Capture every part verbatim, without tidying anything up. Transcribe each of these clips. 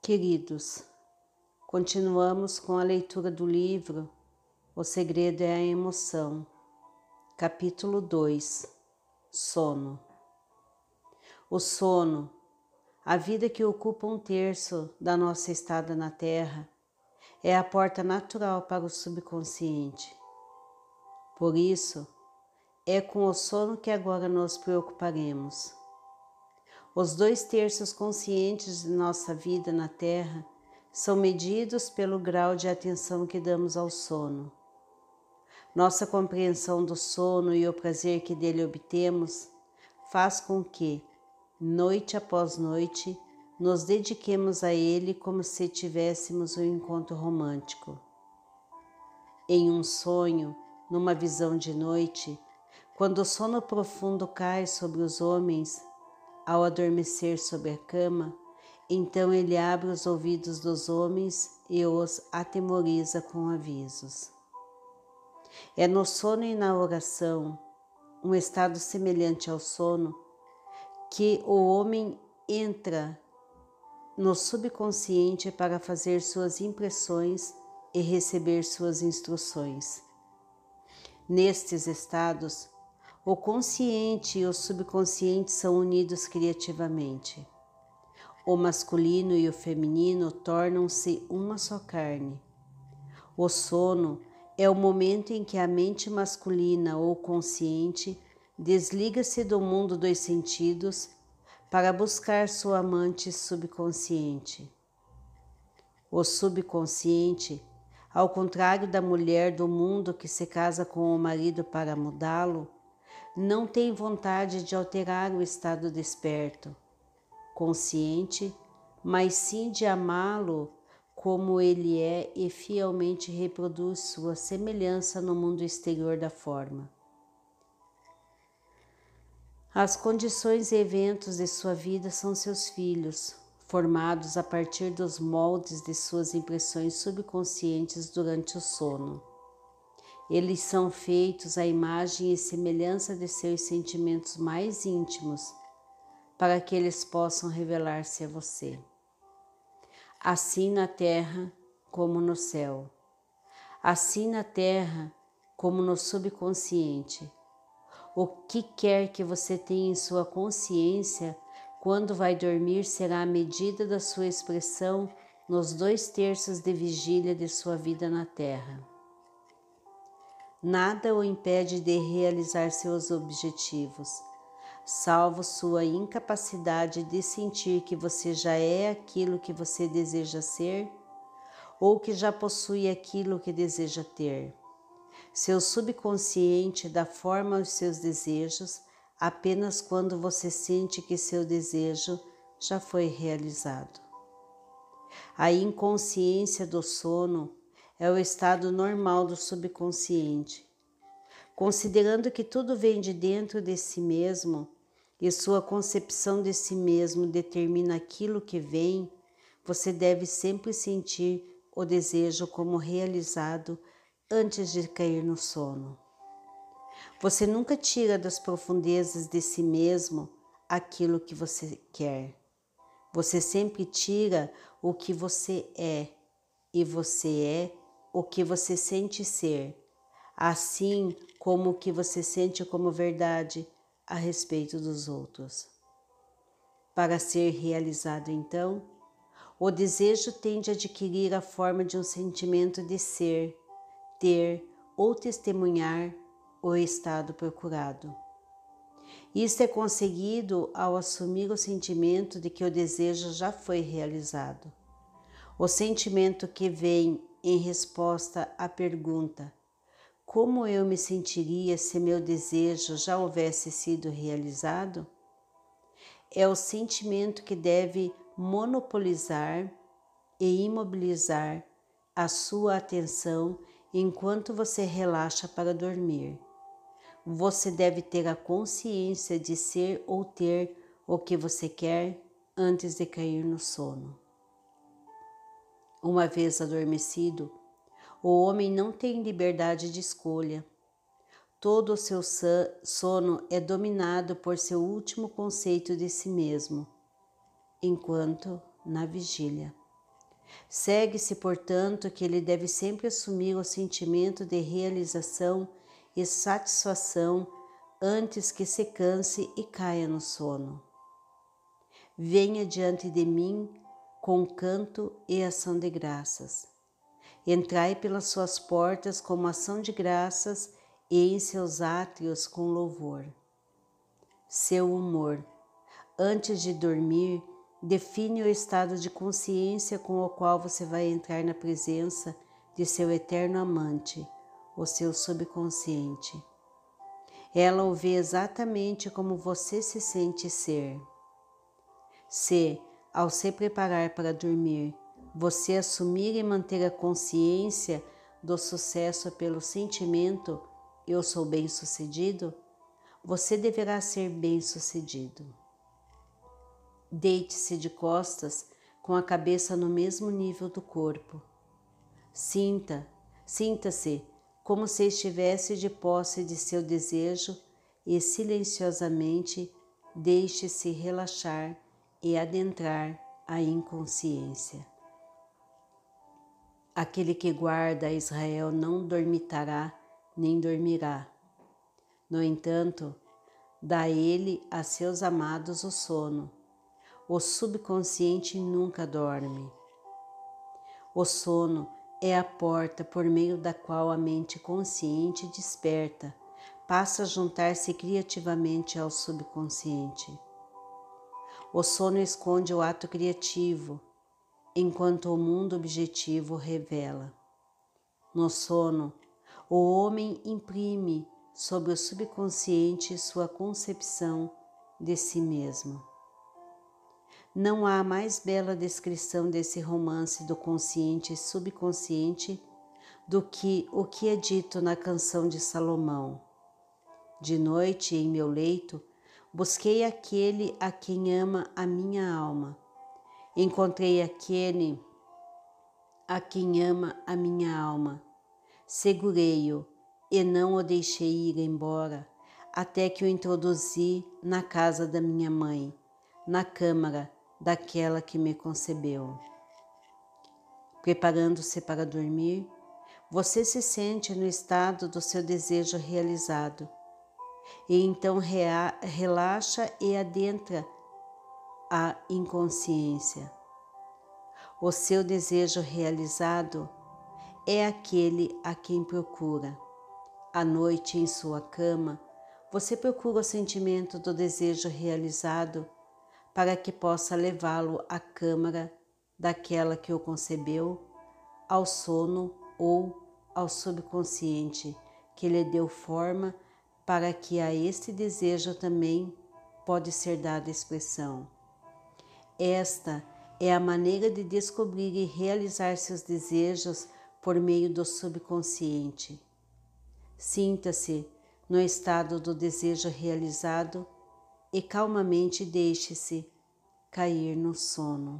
Queridos, continuamos com a leitura do livro O Segredo é a Emoção, capítulo dois, Sono. O sono, a vida que ocupa um terço da nossa estada na Terra, é a porta natural para o subconsciente. Por isso, é com o sono que agora nos preocuparemos. Os dois terços conscientes de nossa vida na Terra são medidos pelo grau de atenção que damos ao sono. Nossa compreensão do sono e o prazer que dele obtemos faz com que, noite após noite, nos dediquemos a ele como se tivéssemos um encontro romântico. Em um sonho, numa visão de noite, quando o sono profundo cai sobre os homens, ao adormecer sobre a cama, então ele abre os ouvidos dos homens e os atemoriza com avisos. É no sono e na oração, um estado semelhante ao sono, que o homem entra no subconsciente para fazer suas impressões e receber suas instruções. Nestes estados, o consciente e o subconsciente são unidos criativamente. O masculino e o feminino tornam-se uma só carne. O sono é o momento em que a mente masculina ou consciente desliga-se do mundo dos sentidos para buscar sua amante subconsciente. O subconsciente, ao contrário da mulher do mundo que se casa com o marido para mudá-lo, não tem vontade de alterar o estado desperto, consciente, mas sim de amá-lo como ele é e fielmente reproduz sua semelhança no mundo exterior da forma. As condições e eventos de sua vida são seus filhos, formados a partir dos moldes de suas impressões subconscientes durante o sono. Eles são feitos à imagem e semelhança de seus sentimentos mais íntimos, para que eles possam revelar-se a você. Assim na terra como no céu. Assim na terra como no subconsciente. O que quer que você tenha em sua consciência, quando vai dormir, será a medida da sua expressão nos dois terços de vigília de sua vida na terra. Nada o impede de realizar seus objetivos, salvo sua incapacidade de sentir que você já é aquilo que você deseja ser ou que já possui aquilo que deseja ter. Seu subconsciente dá forma aos seus desejos apenas quando você sente que seu desejo já foi realizado. A inconsciência do sono é o estado normal do subconsciente. Considerando que tudo vem de dentro de si mesmo e sua concepção de si mesmo determina aquilo que vem, você deve sempre sentir o desejo como realizado antes de cair no sono. Você nunca tira das profundezas de si mesmo aquilo que você quer. Você sempre tira o que você é, e você é o que você sente ser, assim como o que você sente como verdade a respeito dos outros. Para ser realizado, então, o desejo tende a adquirir a forma de um sentimento de ser, ter ou testemunhar o estado procurado. Isto é conseguido ao assumir o sentimento de que o desejo já foi realizado. O sentimento que vem em resposta à pergunta: como eu me sentiria se meu desejo já houvesse sido realizado? É o sentimento que deve monopolizar e imobilizar a sua atenção enquanto você relaxa para dormir. Você deve ter a consciência de ser ou ter o que você quer antes de cair no sono. Uma vez adormecido, o homem não tem liberdade de escolha. Todo o seu sono é dominado por seu último conceito de si mesmo, enquanto na vigília. Segue-se, portanto, que ele deve sempre assumir o sentimento de realização e satisfação antes que se canse e caia no sono. Venha diante de mim com canto e ação de graças. Entrai pelas suas portas como ação de graças e em seus átrios com louvor. Seu humor, antes de dormir, define o estado de consciência com o qual você vai entrar na presença de seu eterno amante, o seu subconsciente. Ela o vê exatamente como você se sente ser. Se, ao se preparar para dormir, você assumir e manter a consciência do sucesso pelo sentimento "eu sou bem-sucedido", você deverá ser bem-sucedido. Deite-se de costas com a cabeça no mesmo nível do corpo. Sinta, sinta-se como se estivesse de posse de seu desejo e silenciosamente deixe-se relaxar e adentrar a inconsciência. Aquele que guarda Israel não dormitará nem dormirá. No entanto, dá ele a seus amados o sono. O subconsciente nunca dorme. O sono é a porta por meio da qual a mente consciente desperta, passa a juntar-se criativamente ao subconsciente. O sono esconde o ato criativo, enquanto o mundo objetivo revela. No sono, o homem imprime sobre o subconsciente sua concepção de si mesmo. Não há mais bela descrição desse romance do consciente e subconsciente do que o que é dito na canção de Salomão. De noite, em meu leito, busquei aquele a quem ama a minha alma. Encontrei aquele a quem ama a minha alma. Segurei-o e não o deixei ir embora, até que o introduzi na casa da minha mãe, na câmara daquela que me concebeu. Preparando-se para dormir, você se sente no estado do seu desejo realizado, e então rea- relaxa e adentra a inconsciência. O seu desejo realizado é aquele a quem procura. À noite, em sua cama, você procura o sentimento do desejo realizado para que possa levá-lo à câmara daquela que o concebeu, ao sono ou ao subconsciente que lhe deu forma, para que a este desejo também pode ser dada expressão. Esta é a maneira de descobrir e realizar seus desejos por meio do subconsciente. Sinta-se no estado do desejo realizado e calmamente deixe-se cair no sono.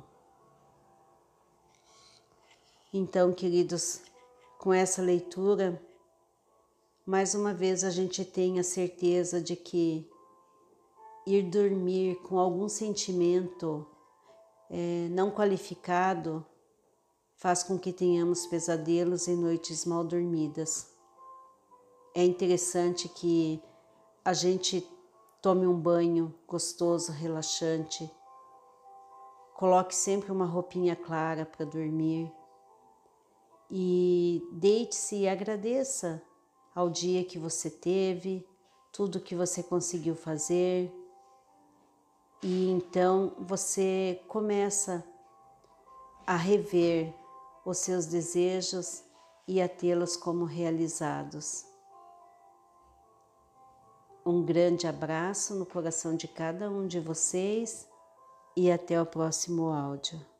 Então, queridos, com essa leitura, mais uma vez a gente tem a certeza de que ir dormir com algum sentimento é, não qualificado faz com que tenhamos pesadelos e noites mal dormidas. É interessante que a gente tome um banho gostoso, relaxante, coloque sempre uma roupinha clara para dormir e deite-se e agradeça ao dia que você teve, tudo que você conseguiu fazer, e então você começa a rever os seus desejos e a tê-los como realizados. Um grande abraço no coração de cada um de vocês e até o próximo áudio.